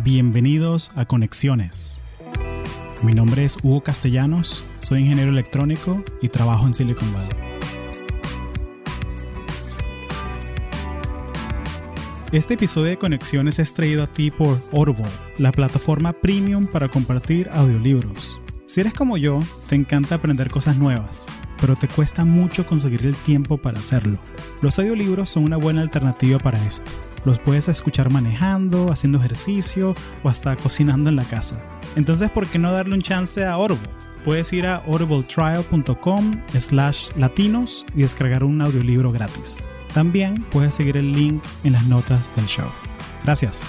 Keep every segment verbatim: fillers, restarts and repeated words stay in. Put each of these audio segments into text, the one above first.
Bienvenidos a Conexiones. Mi nombre es Hugo Castellanos, soy ingeniero electrónico y trabajo en Silicon Valley. Este episodio de Conexiones es traído a ti por Audible, la plataforma premium para compartir audiolibros. Si eres como yo, te encanta aprender cosas nuevas, pero te cuesta mucho conseguir el tiempo para hacerlo. Los audiolibros son una buena alternativa para esto. Los puedes escuchar manejando, haciendo ejercicio o hasta cocinando en la casa. Entonces, ¿por qué no darle un chance a Audible? Puedes ir a audibletrial.com slash latinos y descargar un audiolibro gratis. También puedes seguir el link en las notas del show. Gracias.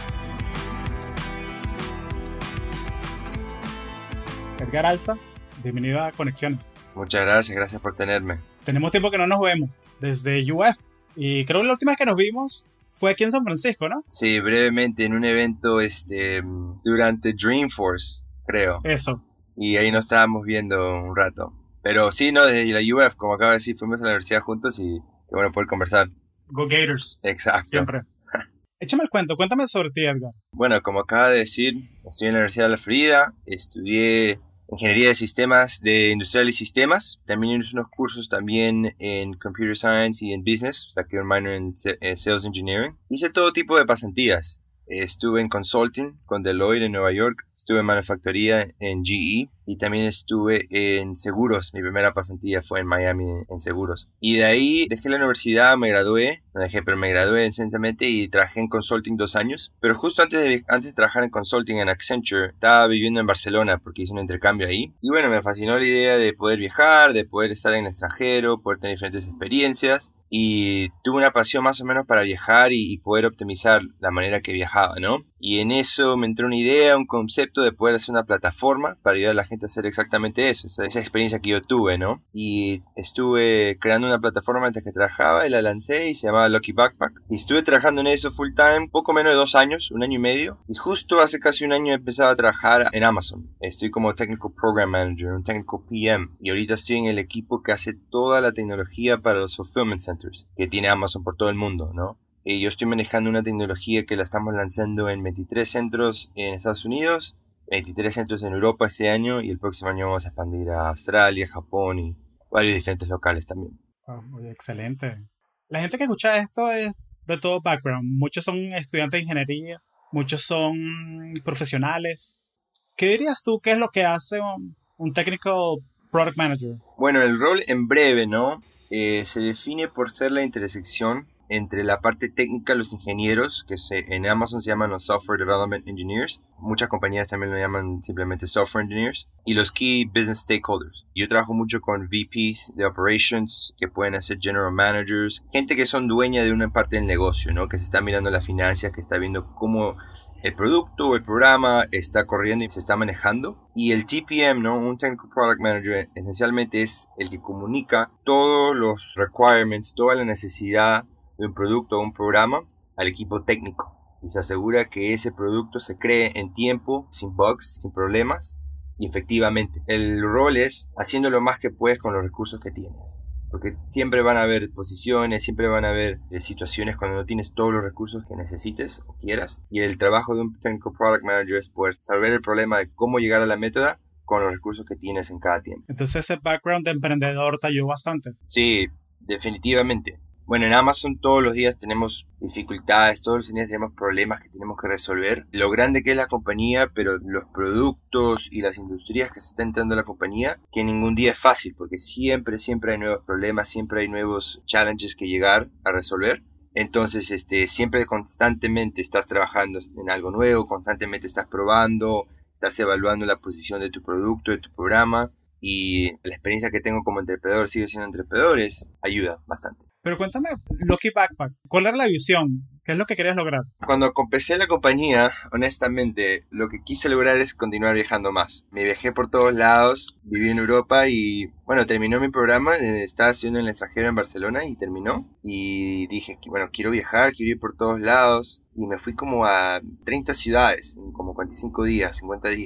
Edgar Alza, bienvenido a Conexiones. Muchas gracias, gracias por tenerme. Tenemos tiempo que no nos vemos, desde U F. Y creo que la última vez que nos vimos fue aquí en San Francisco, ¿no? Sí, brevemente, en un evento este, durante Dreamforce, creo. Eso. Y ahí nos estábamos viendo un rato. Pero sí, no, desde la U F, como acabo de decir, fuimos a la universidad juntos y qué bueno poder conversar. Go Gators. Exacto. Siempre. Échame el cuento, cuéntame sobre ti, Edgar. Bueno, como acaba de decir, estoy en la Universidad de la Florida, estudié Ingeniería de Sistemas, de Industrial y Sistemas. También hice unos cursos también en Computer Science y en Business. Saqué un minor en Sales Engineering. Hice todo tipo de pasantías. Estuve en Consulting con Deloitte en Nueva York. Estuve en Manufactoría en G E. Y también estuve en Seguros. Mi primera pasantía fue en Miami en Seguros. Y de ahí dejé la universidad, me gradué. No dejé, pero me gradué esencialmente y trabajé en Consulting dos años. Pero justo antes de, antes de trabajar en Consulting en Accenture, estaba viviendo en Barcelona porque hice un intercambio ahí. Y bueno, me fascinó la idea de poder viajar, de poder estar en el extranjero, poder tener diferentes experiencias. Y tuve una pasión más o menos para viajar y, y poder optimizar la manera que viajaba, ¿no? Y en eso me entró una idea, un concepto de poder hacer una plataforma para ayudar a la gente a hacer exactamente eso, esa, esa experiencia que yo tuve, ¿no? Y estuve creando una plataforma mientras que trabajaba y la lancé y se llamaba Lucky Backpack. Y estuve trabajando en eso full time, poco menos de dos años, un año y medio. Y justo hace casi un año he empezado a trabajar en Amazon. Estoy como Technical Program Manager, un Technical P M. Y ahorita estoy en el equipo que hace toda la tecnología para los Fulfillment Centers que tiene Amazon por todo el mundo, ¿no? Y yo estoy manejando una tecnología que la estamos lanzando en veintitrés centros en Estados Unidos, veintitrés centros en Europa este año y el próximo año vamos a expandir a Australia, Japón y varios diferentes locales también. Oh, muy excelente. La gente que escucha esto es de todo background. Muchos son estudiantes de ingeniería, muchos son profesionales. ¿Qué dirías tú que es lo que hace un, un Technical Product Manager? Bueno, el rol en breve, ¿no? Eh, se define por ser la intersección entre la parte técnica, los ingenieros, que se, en Amazon se llaman los Software Development Engineers, muchas compañías también lo llaman simplemente Software Engineers, y los Key Business Stakeholders. Yo trabajo mucho con V Ps de Operations, que pueden ser General Managers, gente que son dueña de una parte del negocio, ¿no? Que se está mirando las finanzas, que está viendo cómo el producto o el programa está corriendo y se está manejando. Y el T P M, ¿no? Un Technical Product Manager, esencialmente es el que comunica todos los requirements, toda la necesidad de un producto o un programa al equipo técnico. Y se asegura que ese producto se cree en tiempo, sin bugs, sin problemas. Y efectivamente, el rol es haciendo lo más que puedes con los recursos que tienes. Porque siempre van a haber posiciones, siempre van a haber eh, situaciones cuando no tienes todos los recursos que necesites o quieras. Y el trabajo de un Technical Product Manager es poder resolver el problema de cómo llegar a la métoda con los recursos que tienes en cada tiempo. Entonces ese background de emprendedor te ayudó bastante. Sí, definitivamente. Bueno, en Amazon todos los días tenemos dificultades, todos los días tenemos problemas que tenemos que resolver. Lo grande que es la compañía, pero los productos y las industrias que se está entrando a la compañía, que ningún día es fácil, porque siempre, siempre hay nuevos problemas, siempre hay nuevos challenges que llegar a resolver. Entonces, este, siempre constantemente estás trabajando en algo nuevo, constantemente estás probando, estás evaluando la posición de tu producto, de tu programa. Y la experiencia que tengo como emprendedor, sigo siendo emprendedor, es, ayuda bastante. Pero cuéntame, Lucky Backpack, ¿cuál era la visión? ¿Qué es lo que querías lograr? Cuando empecé la compañía, honestamente, lo que quise lograr es continuar viajando más. Me viajé por todos lados, viví en Europa y, bueno, terminó mi programa. Estaba estudiando en el extranjero en Barcelona y terminó. Y dije, bueno, quiero viajar, quiero ir por todos lados. Y me fui como a treinta ciudades, en como cuarenta y cinco días, cincuenta días.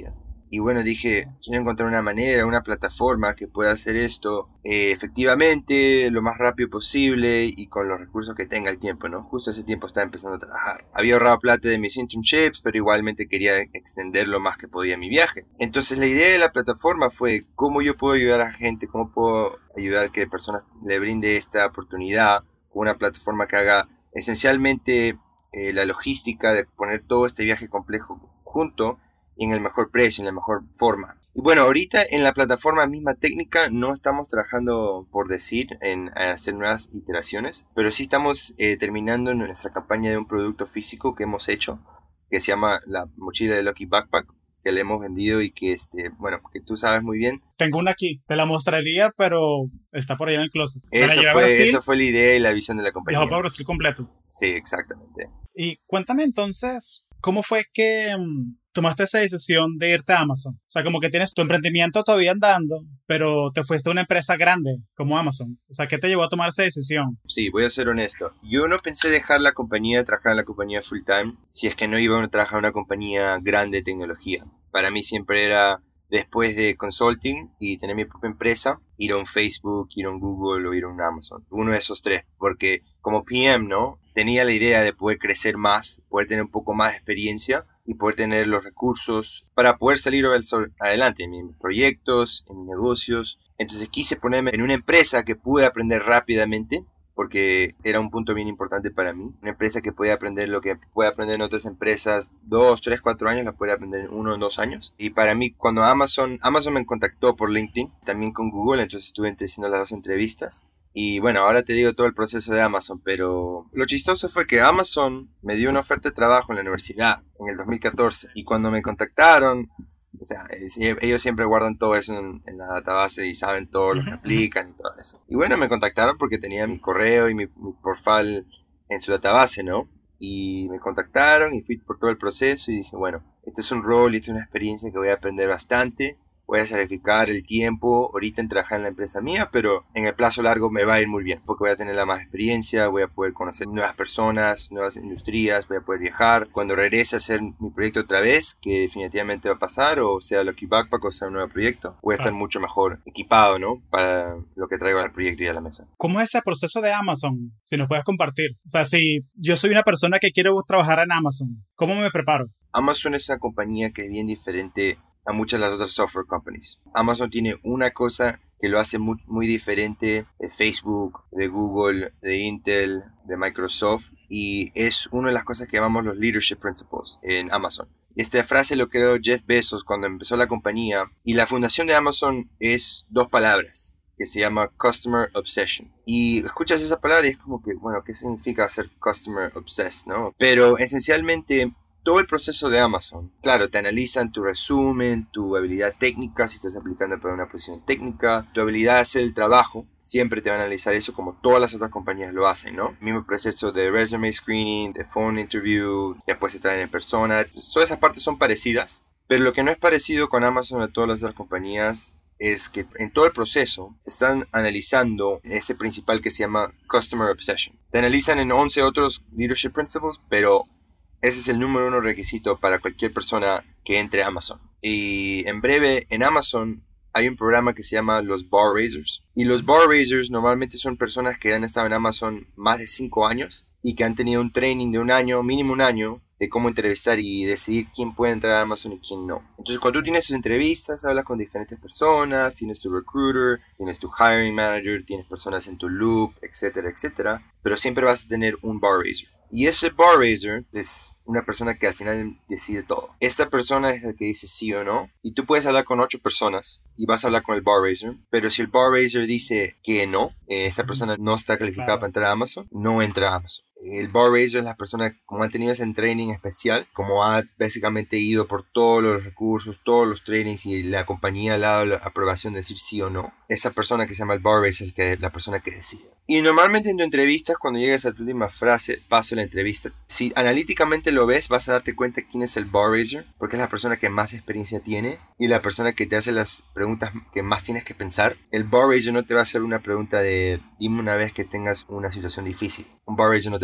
Y bueno, dije, quiero encontrar una manera, una plataforma que pueda hacer esto eh, efectivamente, lo más rápido posible y con los recursos que tenga el tiempo, ¿no? Justo ese tiempo estaba empezando a trabajar. Había ahorrado plata de mis internships, pero igualmente quería extender lo más que podía mi viaje. Entonces la idea de la plataforma fue cómo yo puedo ayudar a gente, cómo puedo ayudar a que personas le brinde esta oportunidad con una plataforma que haga esencialmente eh, la logística de poner todo este viaje complejo junto y en el mejor precio, en la mejor forma. Y bueno, ahorita en la plataforma misma técnica no estamos trabajando, por decir, en hacer nuevas iteraciones, pero sí estamos eh, terminando nuestra campaña de un producto físico que hemos hecho, que se llama la mochila de Lucky Backpack, que le hemos vendido y que, este, bueno, que tú sabes muy bien. Tengo una aquí, te la mostraría, pero está por ahí en el closet. Eso fue, eso fue la idea y la visión de la compañía. Viajó para Brasil completo. Sí, exactamente. Y cuéntame entonces, ¿cómo fue que um, tomaste esa decisión de irte a Amazon? O sea, como que tienes tu emprendimiento todavía andando, pero te fuiste a una empresa grande como Amazon. O sea, ¿qué te llevó a tomar esa decisión? Sí, voy a ser honesto. Yo no pensé dejar la compañía, trabajar en la compañía full time, si es que no iba a trabajar en una compañía grande de tecnología. Para mí siempre era, después de consulting y tener mi propia empresa, ir a un Facebook, ir a un Google o ir a un Amazon. Uno de esos tres, porque como P M, ¿no? Tenía la idea de poder crecer más, poder tener un poco más de experiencia y poder tener los recursos para poder salir adelante en mis proyectos, en mis negocios. Entonces quise ponerme en una empresa que pude aprender rápidamente, porque era un punto bien importante para mí. Una empresa que puede aprender lo que puede aprender en otras empresas, dos, tres, cuatro años, la puede aprender en uno o dos años. Y para mí, cuando Amazon, Amazon me contactó por LinkedIn, también con Google, entonces estuve haciendo las dos entrevistas. Y bueno, ahora te digo todo el proceso de Amazon, pero lo chistoso fue que Amazon me dio una oferta de trabajo en la universidad en el dos mil catorce. Y cuando me contactaron, o sea, ellos siempre guardan todo eso en, en la database y saben todo lo que aplican y todo eso. Y bueno, me contactaron porque tenía mi correo y mi, mi profile en su database, ¿no? Y me contactaron y fui por todo el proceso y dije, bueno, este es un rol y esta es una experiencia que voy a aprender bastante. Voy a sacrificar el tiempo ahorita en trabajar en la empresa mía, pero en el plazo largo me va a ir muy bien, porque voy a tener la más experiencia, voy a poder conocer nuevas personas, nuevas industrias, voy a poder viajar. Cuando regrese a hacer mi proyecto otra vez, que definitivamente va a pasar, o sea Lucky Backpack o sea un nuevo proyecto, voy a estar ah. mucho mejor equipado, ¿no? Para lo que traigo al proyecto y a la mesa. ¿Cómo es ese proceso de Amazon? Si nos puedes compartir. O sea, si yo soy una persona que quiero trabajar en Amazon, ¿cómo me preparo? Amazon es una compañía que es bien diferente a muchas de las otras software companies. Amazon tiene una cosa que lo hace muy, muy diferente de Facebook, de Google, de Intel, de Microsoft, y es una de las cosas que llamamos los leadership principles en Amazon. Esta frase lo creó Jeff Bezos cuando empezó la compañía, y la fundación de Amazon es dos palabras, que se llama Customer Obsession. Y escuchas esa palabra y es como que, bueno, ¿qué significa ser Customer Obsessed, no? Pero esencialmente todo el proceso de Amazon, claro, te analizan tu resumen, tu habilidad técnica, si estás aplicando para una posición técnica, tu habilidad de hacer el trabajo, siempre te van a analizar eso como todas las otras compañías lo hacen, ¿no? El mismo proceso de resume screening, de phone interview, después estar en persona, todas esas partes son parecidas, pero lo que no es parecido con Amazon a todas las otras compañías es que en todo el proceso están analizando ese principal que se llama Customer Obsession. Te analizan en once otros leadership principles, pero ese es el número uno requisito para cualquier persona que entre a Amazon. Y en breve, en Amazon hay un programa que se llama los Bar Raisers. Y los Bar Raisers normalmente son personas que han estado en Amazon más de cinco años y que han tenido un training de un año, mínimo un año, de cómo entrevistar y decidir quién puede entrar a Amazon y quién no. Entonces, cuando tú tienes tus entrevistas, hablas con diferentes personas, tienes tu recruiter, tienes tu hiring manager, tienes personas en tu loop, etcétera, etcétera. Pero siempre vas a tener un Bar Raiser. Y ese Bar Raiser es una persona que al final decide todo. Esta persona es el que dice sí o no. Y tú puedes hablar con ocho personas y vas a hablar con el Bar Raiser. Pero si el Bar Raiser dice que no, eh, esa persona no está calificada claro. para entrar a Amazon, no entra a Amazon. El Bar Raiser es la persona como ha tenido ese training especial, como ha básicamente ido por todos los recursos, todos los trainings y la compañía le ha dado la aprobación de decir sí o no. Esa persona que se llama el Bar Raiser es que, la persona que decide. Y normalmente en tu entrevista, cuando llegas a tu última frase, paso la entrevista, si analíticamente lo ves, vas a darte cuenta quién es el Bar Raiser, porque es la persona que más experiencia tiene y la persona que te hace las preguntas que más tienes que pensar. El Bar Raiser no te va a hacer una pregunta de dime una vez que tengas una situación difícil. Un Bar Raiser no te va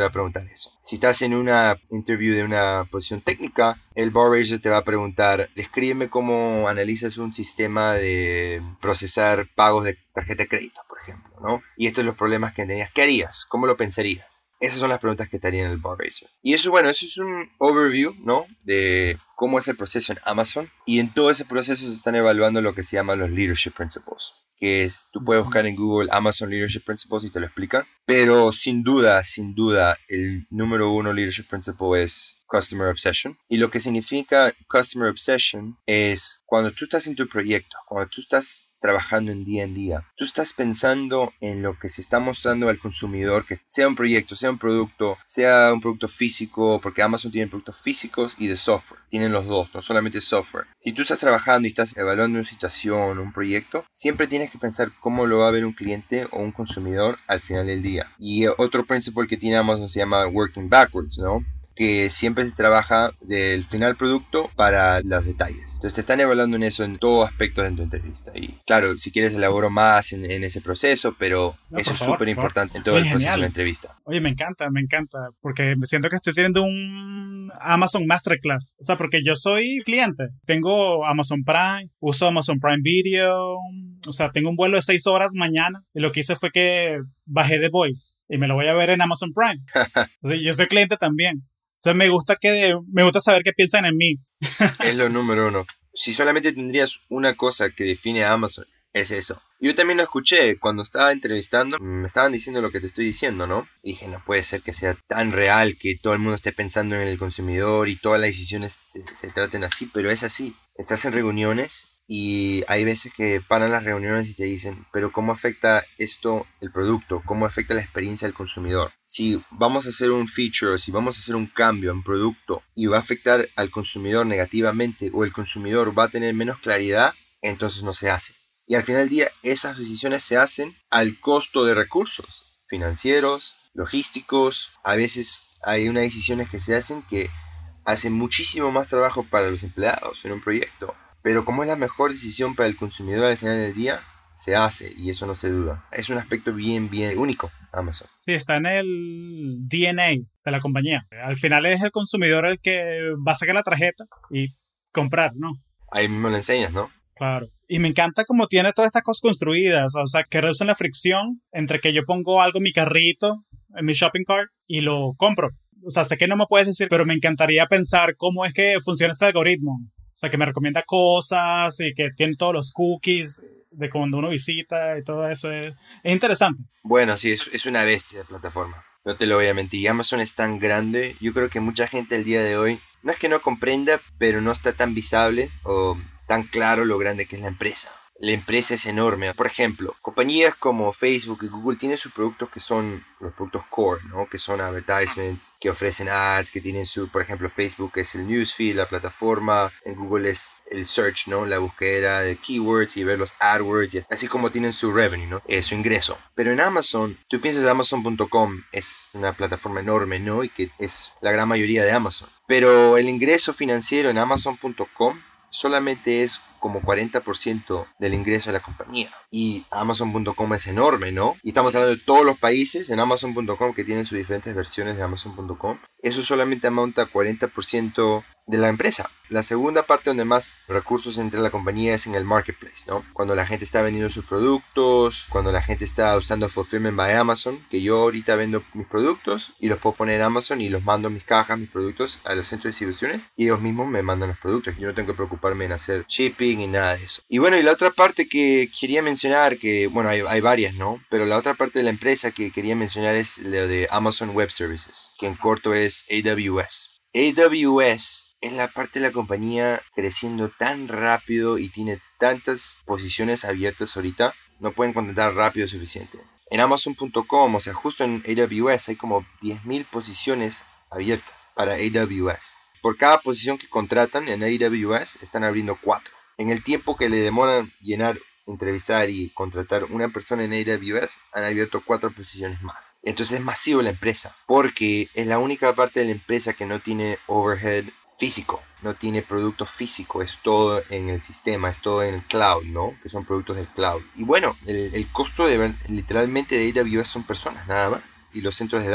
va a preguntar eso. Si estás en una interview de una posición técnica, el bar raiser te va a preguntar, descríbeme cómo analizas un sistema de procesar pagos de tarjeta de crédito, por ejemplo, ¿no? Y estos son los problemas que tenías. ¿Qué harías? ¿Cómo lo pensarías? Esas son las preguntas que te harían el bar raiser. Y eso, bueno, eso es un overview, ¿no? De cómo es el proceso en Amazon. Y en todo ese proceso se están evaluando lo que se llaman los leadership principles. Que es, tú puedes buscar en Google Amazon Leadership Principles y te lo explican. Pero sin duda, sin duda, el número uno Leadership Principle es Customer Obsession. Y lo que significa Customer Obsession es cuando tú estás en tu proyecto, cuando tú estás trabajando en día en día, tú estás pensando en lo que se está mostrando al consumidor, que sea un proyecto, sea un producto, sea un producto físico, porque Amazon tiene productos físicos y de software, tienen los dos, no solamente software. Si tú estás trabajando y estás evaluando una situación, un proyecto, siempre tienes que pensar cómo lo va a ver un cliente o un consumidor al final del día. Y otro principio que tiene Amazon se llama Working Backwards, ¿no? Que siempre se trabaja del final producto para los detalles. Entonces te están evaluando en eso en todo aspecto de tu entrevista. Y claro, si quieres elaboro más en, en ese proceso, pero no, eso es favor, súper importante en todo Oye, el proceso genial. de la entrevista. Oye, me encanta, me encanta, porque me siento que estoy teniendo un Amazon Masterclass. O sea, porque yo soy cliente. Tengo Amazon Prime, uso Amazon Prime Video. O sea, tengo un vuelo de seis horas mañana. Y lo que hice fue que bajé The Voice y me lo voy a ver en Amazon Prime. Entonces, yo soy cliente también. O sea, me gusta que me gusta saber qué piensan en mí. Es lo número uno. Si solamente tendrías una cosa que define a Amazon, es eso. Yo también lo escuché cuando estaba entrevistando. Me estaban diciendo lo que te estoy diciendo, ¿no? Y dije, no puede ser que sea tan real que todo el mundo esté pensando en el consumidor y todas las decisiones se, se traten así, pero es así. Estás en reuniones y hay veces que paran las reuniones y te dicen, pero ¿cómo afecta esto el producto? ¿Cómo afecta la experiencia del consumidor? Si vamos a hacer un feature, si vamos a hacer un cambio en producto y va a afectar al consumidor negativamente o el consumidor va a tener menos claridad, entonces no se hace. Y al final del día esas decisiones se hacen al costo de recursos financieros, logísticos. A veces hay unas decisiones que se hacen que hacen muchísimo más trabajo para los empleados en un proyecto. Pero como es la mejor decisión para el consumidor al final del día, se hace y eso no se duda. Es un aspecto bien, bien único, Amazon. Sí, está en el D N A de la compañía. Al final es el consumidor el que va a sacar la tarjeta y comprar, ¿no? Ahí mismo lo enseñas, ¿no? Claro. Y me encanta cómo tiene todas estas cosas construidas. O sea, que reducen la fricción entre que yo pongo algo en mi carrito, en mi shopping cart, y lo compro. O sea, sé que no me puedes decir, pero me encantaría pensar cómo es que funciona ese algoritmo. O sea, que me recomienda cosas y que tiene todos los cookies de cuando uno visita y todo eso. Es, es interesante. Bueno, sí, es, es una bestia de plataforma. No te lo voy a mentir. Amazon es tan grande. Yo creo que mucha gente el día de hoy, no es que no comprenda, pero no está tan visible o tan claro lo grande que es la empresa. La empresa es enorme. Por ejemplo, compañías como Facebook y Google tienen sus productos que son los productos core, ¿no? Que son advertisements, que ofrecen ads, que tienen su, por ejemplo, Facebook es el newsfeed, la plataforma, en Google es el search, ¿no? La búsqueda de keywords y ver los AdWords, así como tienen su revenue, ¿no? Eh, su ingreso. Pero en Amazon, tú piensas Amazon punto com es una plataforma enorme, ¿no? Y que es la gran mayoría de Amazon. Pero el ingreso financiero en Amazon punto com solamente es como cuarenta por ciento del ingreso de la compañía. Y Amazon punto com es enorme, ¿no? Y estamos hablando de todos los países en Amazon punto com que tienen sus diferentes versiones de Amazon punto com. Eso solamente amonta a cuarenta por ciento de la empresa. La segunda parte donde más recursos entra la compañía es en el marketplace, ¿no? Cuando la gente está vendiendo sus productos, cuando la gente está usando Fulfillment by Amazon, que yo ahorita vendo mis productos y los puedo poner en Amazon y los mando mis cajas, mis productos a los centros de distribuciones y ellos mismos me mandan los productos. Yo no tengo que preocuparme en hacer shipping y nada de eso. Y bueno, y la otra parte que quería mencionar, que bueno, hay, hay varias, ¿no? Pero la otra parte de la empresa que quería mencionar es lo de Amazon Web Services, que en corto es A W S. A W S es la parte de la compañía creciendo tan rápido y tiene tantas posiciones abiertas ahorita, no pueden contratar rápido suficiente. En Amazon punto com, o sea, justo en A W S hay como diez mil posiciones abiertas para A W S. Por cada posición que contratan en A W S están abriendo cuatro. En el tiempo que le demoran llenar, entrevistar y contratar una persona en A W S, han abierto cuatro posiciones más. Entonces es masivo la empresa, porque es la única parte de la empresa que no tiene overhead físico, no tiene producto físico, es todo en el sistema, es todo en el cloud, ¿no? Que son productos del cloud. Y bueno, el, el costo de literalmente de A W S son personas, nada más, y los centros de data.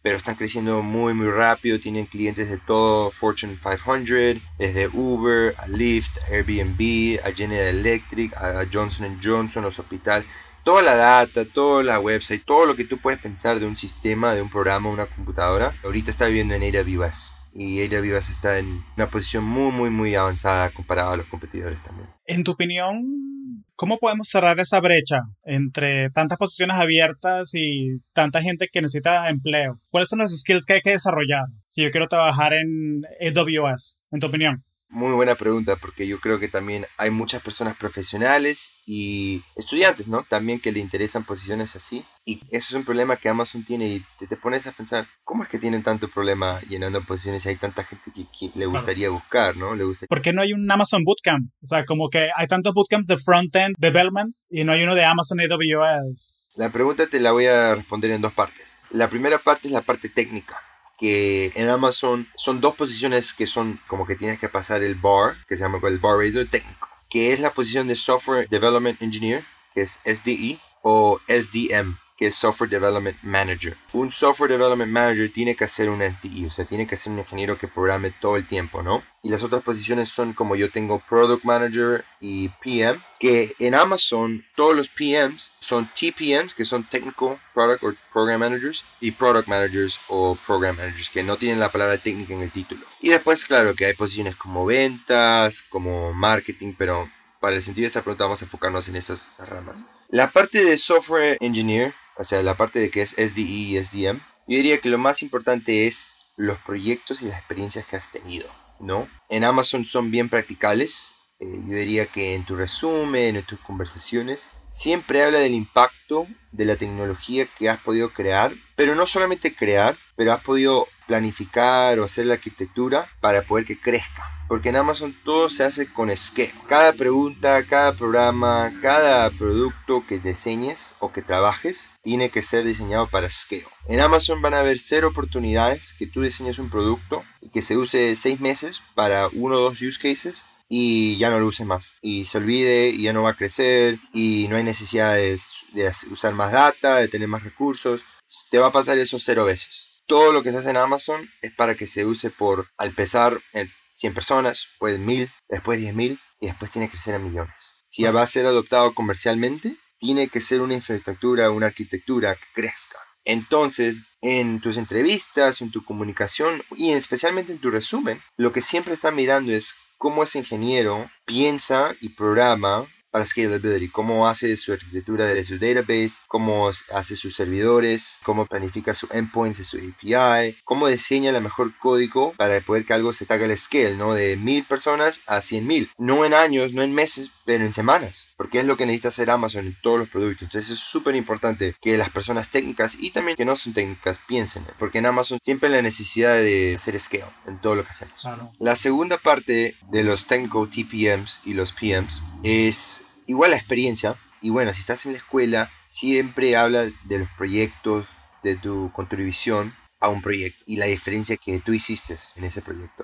pero están creciendo muy muy rápido, tienen clientes de todo, Fortune quinientos, desde Uber, a Lyft, a Airbnb, a General Electric, a Johnson and Johnson, los hospitales, toda la data, toda la website, todo lo que tú puedes pensar de un sistema, de un programa, una computadora, ahorita está viviendo en A W S. Y A W S está en una posición muy, muy, muy avanzada comparado a los competidores también. En tu opinión, ¿cómo podemos cerrar esa brecha entre tantas posiciones abiertas y tanta gente que necesita empleo? ¿Cuáles son los skills que hay que desarrollar si yo quiero trabajar en A W S, en tu opinión? Muy buena pregunta, porque yo creo que también hay muchas personas profesionales y estudiantes, ¿no? También que le interesan posiciones así. Y eso es un problema que Amazon tiene y te, te pones a pensar, ¿cómo es que tienen tanto problema llenando posiciones y hay tanta gente que, que le gustaría claro. buscar, ¿no? Le gustaría... ¿Por qué no hay un Amazon Bootcamp? O sea, como que hay tantos bootcamps de front-end development y no hay uno de Amazon A W S. La pregunta te la voy a responder en dos partes. La primera parte es la parte técnica, que en Amazon son dos posiciones que son como que tienes que pasar el bar, que se llama el bar raiser técnico, que es la posición de Software Development Engineer, que es S D E, o S D M, que es Software Development Manager. Un Software Development Manager tiene que ser un S D E, o sea, tiene que ser un ingeniero que programe todo el tiempo, ¿no? Y las otras posiciones son como yo tengo Product Manager y P M, que en Amazon todos los P Ms son T P Ms, que son Technical Product or Program Managers, y Product Managers o Program Managers, que no tienen la palabra técnica en el título. Y después, claro, que hay posiciones como ventas, como marketing, pero para el sentido de esta pregunta vamos a enfocarnos en esas ramas. La parte de Software Engineer, o sea, la parte de que es S D E y S D M, yo diría que lo más importante es los proyectos y las experiencias que has tenido, ¿no? En Amazon son bien practicales. Eh, yo diría que en tu resumen, en tus conversaciones, siempre habla del impacto de la tecnología que has podido crear, pero no solamente crear, pero has podido planificar o hacer la arquitectura para poder que crezca. Porque en Amazon todo se hace con scale. Cada pregunta, cada programa, cada producto que diseñes o que trabajes tiene que ser diseñado para scale. En Amazon van a haber cero oportunidades que tú diseñes un producto y que se use seis meses para uno o dos use cases y ya no lo uses más. Y se olvide y ya no va a crecer y no hay necesidad de, de usar más data, de tener más recursos. Te va a pasar eso cero veces. Todo lo que se hace en Amazon es para que se use por, al empezar, el cien personas, después mil, después diez mil y después tiene que crecer a millones. Si ya va a ser adoptado comercialmente, tiene que ser una infraestructura, una arquitectura que crezca. Entonces, en tus entrevistas, en tu comunicación y especialmente en tu resumen, lo que siempre están mirando es cómo ese ingeniero piensa y programa para scalability, cómo hace su arquitectura de su database, cómo hace sus servidores, cómo planifica sus endpoints de su A P I, cómo diseña el mejor código para poder que algo se haga al scale, ¿no? De mil personas a cien mil, no en años, no en meses, pero en semanas, porque es lo que necesita hacer Amazon en todos los productos. Entonces es súper importante que las personas técnicas y también que no son técnicas piensen, porque en Amazon siempre hay la necesidad de hacer scale en todo lo que hacemos. Claro. La segunda parte de los technical T P Ms y los P Ms es igual la experiencia. Y bueno, si estás en la escuela, siempre habla de los proyectos, de tu contribución a un proyecto y la diferencia que tú hiciste en ese proyecto.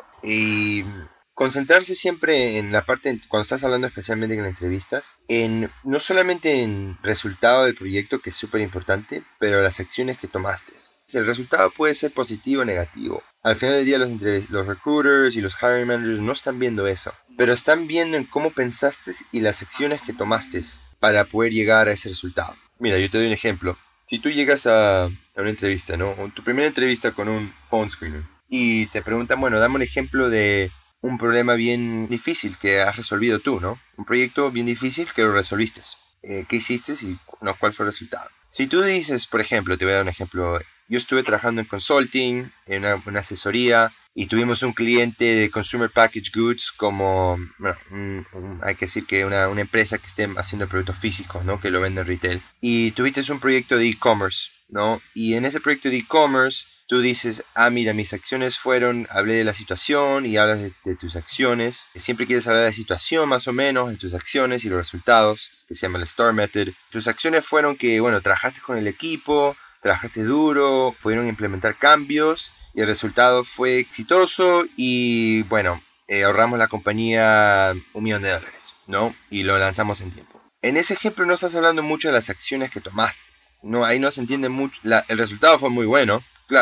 Y concentrarse siempre en la parte, cuando estás hablando especialmente en las entrevistas, en no solamente en resultado del proyecto, que es súper importante, pero las acciones que tomaste. El resultado puede ser positivo o negativo. Al final del día los, entre, los recruiters y los hiring managers no están viendo eso, pero están viendo en cómo pensaste y las acciones que tomaste para poder llegar a ese resultado. Mira, yo te doy un ejemplo. Si tú llegas a, a una entrevista, ¿no? O tu primera entrevista con un phone screener y te preguntan, bueno, dame un ejemplo de un problema bien difícil que has resolvido tú, ¿no? Un proyecto bien difícil que lo resolviste. Eh, ¿Qué hiciste y no, cuál fue el resultado? Si tú dices, por ejemplo, te voy a dar un ejemplo. Yo estuve trabajando en consulting, en una, una asesoría, y tuvimos un cliente de Consumer Packaged Goods como, bueno, un, un, hay que decir que una, una empresa que esté haciendo productos físicos, ¿no? Que lo vende en retail. Y tuviste un proyecto de e-commerce, ¿no? Y en ese proyecto de e-commerce, tú dices, ah, mira, mis acciones fueron, hablé de la situación y hablas de, de tus acciones. Siempre quieres hablar de la situación más o menos, de tus acciones y los resultados, que se llama el STAR Method. Tus acciones fueron que, bueno, trabajaste con el equipo, trabajaste duro, pudieron implementar cambios y el resultado fue exitoso y, bueno, eh, ahorramos la compañía un millón de dólares, ¿no? Y lo lanzamos en tiempo. En ese ejemplo no estás hablando mucho de las acciones que tomaste, ¿no? Ahí no se entiende mucho. La, el resultado fue muy bueno, claro,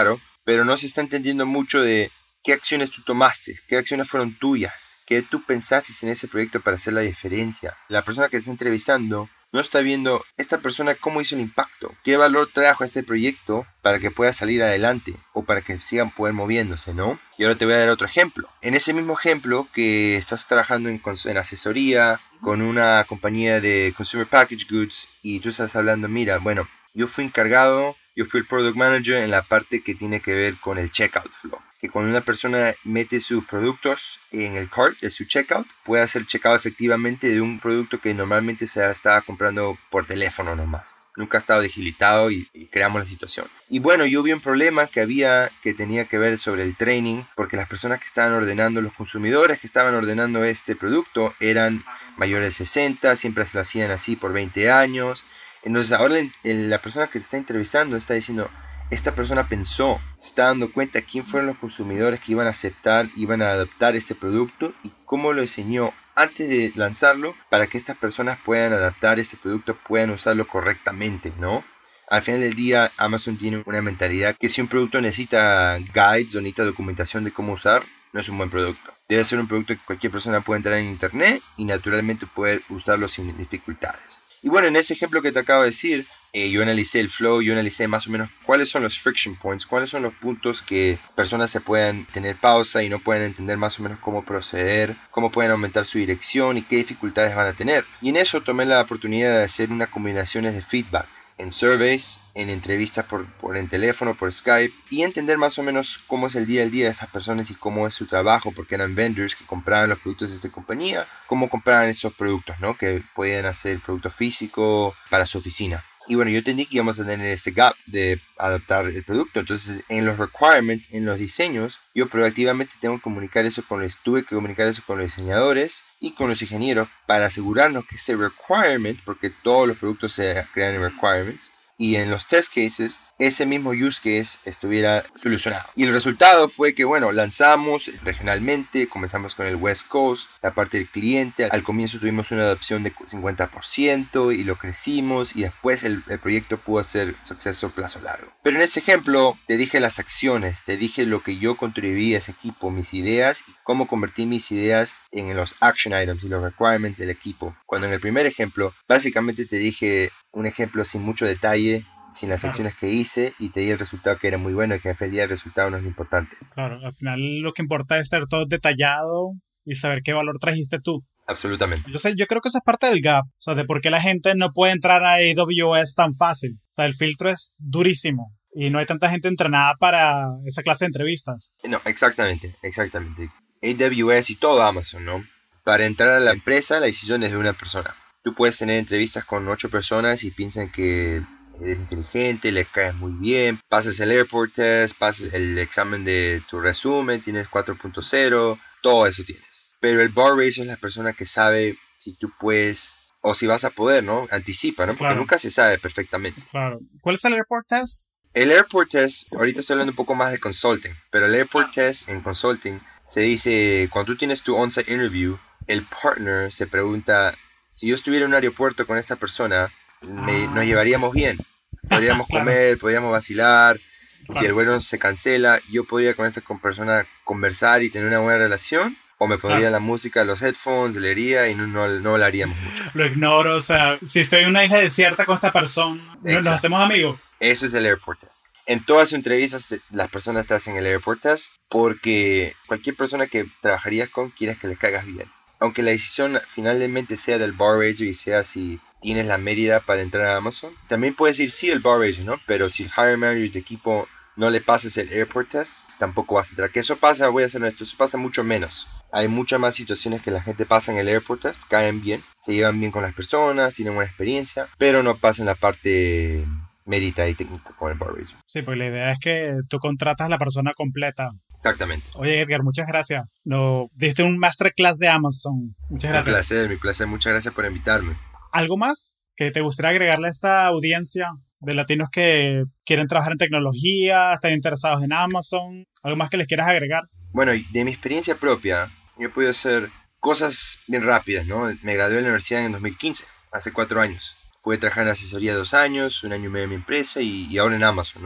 pero no se está entendiendo mucho de qué acciones tú tomaste, qué acciones fueron tuyas, qué tú pensaste en ese proyecto para hacer la diferencia. La persona que está entrevistando no está viendo esta persona cómo hizo el impacto, qué valor trajo a este proyecto para que pueda salir adelante o para que sigan poder moviéndose, ¿no? Y ahora te voy a dar otro ejemplo. En ese mismo ejemplo que estás trabajando en, en asesoría con una compañía de Consumer Packaged Goods y tú estás hablando, mira, bueno, yo fui encargado, yo fui el Product Manager en la parte que tiene que ver con el Checkout Flow. Que cuando una persona mete sus productos en el cart de su checkout, puede hacer checkout efectivamente de un producto que normalmente se estaba comprando por teléfono nomás. Nunca ha estado digitado y, y creamos la situación. Y bueno, yo vi un problema que había que tenía que ver sobre el training, porque las personas que estaban ordenando, los consumidores que estaban ordenando este producto eran mayores de sesenta, siempre se lo hacían así por veinte años. Entonces ahora la persona que te está entrevistando está diciendo, esta persona pensó, se está dando cuenta quién fueron los consumidores que iban a aceptar, iban a adoptar este producto y cómo lo enseñó antes de lanzarlo para que estas personas puedan adaptar este producto, puedan usarlo correctamente, ¿no? Al final del día, Amazon tiene una mentalidad que si un producto necesita guides o necesita documentación de cómo usar, no es un buen producto. Debe ser un producto que cualquier persona pueda entrar en internet y naturalmente poder usarlo sin dificultades. Y bueno, en ese ejemplo que te acabo de decir, eh, yo analicé el flow, yo analicé más o menos cuáles son los friction points, cuáles son los puntos que personas se puedan tener pausa y no pueden entender más o menos cómo proceder, cómo pueden aumentar su dirección y qué dificultades van a tener. Y en eso tomé la oportunidad de hacer unas combinaciones de feedback en surveys, en entrevistas por, por en teléfono, por Skype, y entender más o menos cómo es el día a día de estas personas y cómo es su trabajo, porque eran vendors que compraban los productos de esta compañía, cómo compraban esos productos, ¿no? Que podían hacer producto físico para su oficina. Y bueno, yo entendí que íbamos a tener este gap de adaptar el producto. Entonces, en los requirements, en los diseños, yo proactivamente tengo que comunicar eso con los, tuve que comunicar eso con los diseñadores y con los ingenieros para asegurarnos que ese requirement, porque todos los productos se crean en requirements, y en los test cases, ese mismo use case estuviera solucionado. Y el resultado fue que, bueno, lanzamos regionalmente, comenzamos con el West Coast, la parte del cliente. Al comienzo tuvimos una adopción de cincuenta por ciento y lo crecimos y después el, el proyecto pudo ser suceso a plazo largo. Pero en ese ejemplo te dije las acciones, te dije lo que yo contribuí a ese equipo, mis ideas y cómo convertí mis ideas en los action items y los requirements del equipo. Cuando en el primer ejemplo, básicamente te dije un ejemplo sin mucho detalle, sin las Claro. acciones que hice y te di el resultado que era muy bueno y que al final del día el resultado no es lo importante. Claro, al final lo que importa es estar todo detallado y saber qué valor trajiste tú. Absolutamente. Entonces yo creo que eso es parte del gap, o sea, de por qué la gente no puede entrar a A W S tan fácil. O sea, el filtro es durísimo y no hay tanta gente entrenada para esa clase de entrevistas. No, exactamente, exactamente. A W S y todo Amazon, ¿no? Para entrar a la empresa la decisión es de una persona. Tú puedes tener entrevistas con ocho personas y piensan que eres inteligente, le caes muy bien, pasas el airport test, pasas el examen de tu resumen, tienes cuatro punto cero, todo eso tienes. Pero el bar raiser es la persona que sabe si tú puedes o si vas a poder, ¿no? Anticipa, ¿no? Porque Claro. nunca se sabe perfectamente. Claro. ¿Cuál es el airport test? El airport test, ahorita estoy hablando un poco más de consulting, pero el airport test en consulting se dice, cuando tú tienes tu on-site interview, el partner se pregunta, si yo estuviera en un aeropuerto con esta persona, me, Ah, nos llevaríamos sí. bien. Podríamos Claro. comer, podríamos vacilar. Claro. Si el vuelo se cancela, yo podría con esta persona conversar y tener una buena relación. O me pondría Claro. la música, los headphones, leería y no, no, no hablaríamos mucho. Lo ignoro, o sea, si estoy en una isla desierta con esta persona, ¿nos, nos Exacto. hacemos amigos? Eso es el airport test. En todas sus entrevistas las personas te hacen el airport test porque cualquier persona que trabajarías con quieres que le caigas bien. Aunque la decisión finalmente sea del bar raiser y sea si tienes la medida para entrar a Amazon, también puedes decir sí el bar raiser, ¿no? Pero si el hiring manager de tu equipo no le pasas el airport test, tampoco vas a entrar. Que eso pasa, voy a ser honesto, eso pasa mucho menos. Hay muchas más situaciones que la gente pasa en el airport test, caen bien, se llevan bien con las personas, tienen buena experiencia, pero no pasan la parte mérita y técnica con el bar raiser. Sí, porque la idea es que tú contratas a la persona completa. Exactamente. Oye, Edgar, muchas gracias. No, diste un masterclass de Amazon. Muchas gracias. Mi placer, mi placer. Muchas gracias por invitarme. ¿Algo más que te gustaría agregarle a esta audiencia de latinos que quieren trabajar en tecnología, están interesados en Amazon? ¿Algo más que les quieras agregar? Bueno, de mi experiencia propia, yo he podido hacer cosas bien rápidas, ¿no? Me gradué de la universidad en dos mil quince, hace cuatro años. Pude trabajar en asesoría dos años, un año y medio en mi empresa y, y ahora en Amazon, ¿no?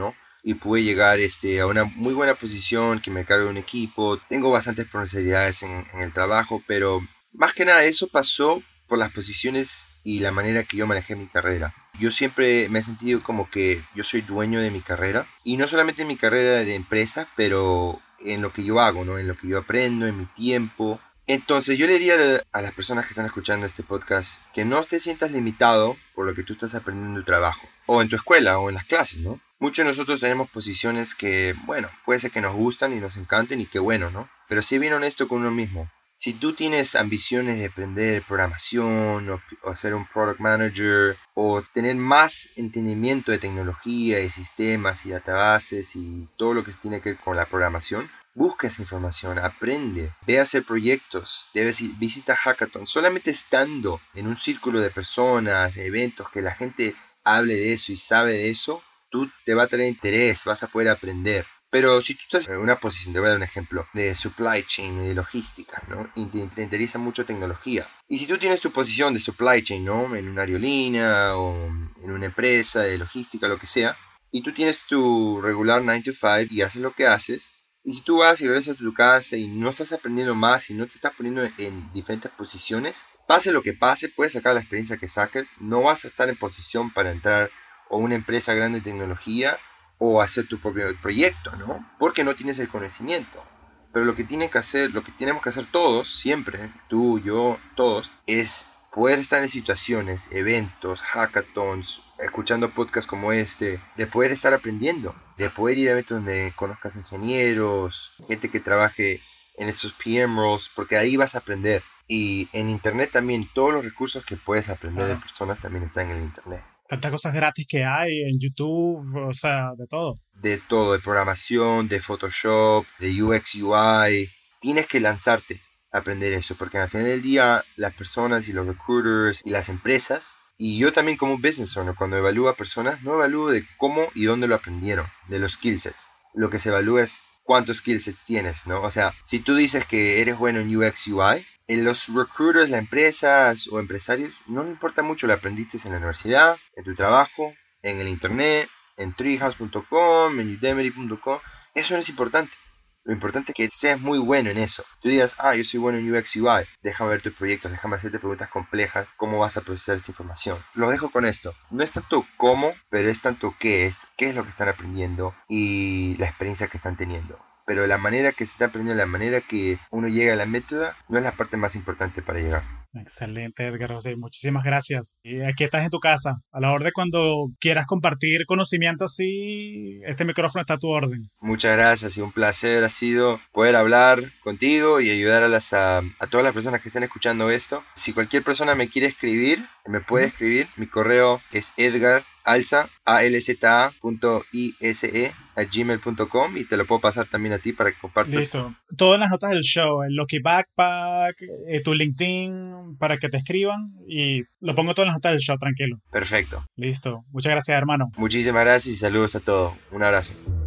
y pude llegar este, a una muy buena posición, que me cargo de un equipo. Tengo bastantes responsabilidades en, en el trabajo, pero más que nada eso pasó por las posiciones y la manera que yo manejé mi carrera. Yo siempre me he sentido como que yo soy dueño de mi carrera, y no solamente en mi carrera de empresa, pero en lo que yo hago, ¿no? En lo que yo aprendo, en mi tiempo. Entonces yo le diría a las personas que están escuchando este podcast que no te sientas limitado por lo que tú estás aprendiendo en tu trabajo, o en tu escuela, o en las clases, ¿no? Muchos de nosotros tenemos posiciones que, bueno, puede ser que nos gustan y nos encanten, y qué bueno, ¿no? Pero sé bien honesto con uno mismo. Si tú tienes ambiciones de aprender programación, o, o ser un product manager, o tener más entendimiento de tecnología y sistemas y databases y todo lo que tiene que ver con la programación, busca esa información, aprende, ve a hacer proyectos, debes ir, visita hackathons. Solamente estando en un círculo de personas, de eventos, que la gente hable de eso y sabe de eso, tú te va a tener interés, vas a poder aprender. Pero si tú estás en una posición, te voy a dar un ejemplo, de supply chain y de logística, ¿no? Y te, te interesa mucho tecnología. Y si tú tienes tu posición de supply chain, ¿no? En una aerolínea o en una empresa de logística, lo que sea, y tú tienes tu regular nine to five y haces lo que haces, y si tú vas y regresas a tu casa y no estás aprendiendo más y no te estás poniendo en diferentes posiciones, pase lo que pase, puedes sacar la experiencia que saques, no vas a estar en posición para entrar a una empresa grande de tecnología o hacer tu propio proyecto, ¿no? Porque no tienes el conocimiento. Pero lo que tienen que hacer, lo que tenemos que hacer todos, siempre, tú, yo, todos, es poder estar en situaciones, eventos, hackathons, escuchando podcasts como este, de poder estar aprendiendo, de poder ir a eventos donde conozcas ingenieros, gente que trabaje en esos P M roles, porque ahí vas a aprender. Y en internet también, todos los recursos que puedes aprender de Claro. personas también están en el internet. Tantas cosas gratis que hay en YouTube, o sea, de todo. De todo, de programación, de Photoshop, de U X U I. Tienes que lanzarte a aprender eso, porque al final del día las personas y los recruiters y las empresas, y yo también como business owner, cuando evalúo a personas, no evalúo de cómo y dónde lo aprendieron, de los skill sets. Lo que se evalúa es cuántos skill sets tienes, ¿no? O sea, si tú dices que eres bueno en U X U I, en los recruiters, las empresas o empresarios, no le importa mucho, lo aprendiste en la universidad, en tu trabajo, en el internet, en treehouse punto com, en udemy punto com. Eso no es importante. Lo importante es que seas muy bueno en eso. Tú digas, ah, yo soy bueno en U X U I, déjame ver tus proyectos, déjame hacerte preguntas complejas, cómo vas a procesar esta información. Lo dejo con esto. No es tanto cómo, pero es tanto qué es, qué es lo que están aprendiendo y la experiencia que están teniendo. Pero la manera que se está aprendiendo, la manera que uno llega a la método, no es la parte más importante para llegar. Excelente, Edgar José. Muchísimas gracias. Y aquí estás en tu casa. A la orden cuando quieras compartir conocimiento así, este micrófono está a tu orden. Muchas gracias y un placer ha sido poder hablar contigo y ayudar a, las, a, a todas las personas que estén escuchando esto. Si cualquier persona me quiere escribir, me puede Uh-huh. escribir. Mi correo es edgar alza, a l z a punto i s e a gmail punto com, y te lo puedo pasar también a ti para que compartas. Listo. Todo en las notas del show, el Lucky Backpack, eh, tu LinkedIn, para que te escriban, y lo pongo todo en las notas del show, tranquilo. Perfecto. Listo. Muchas gracias, hermano. Muchísimas gracias y saludos a todos. Un abrazo.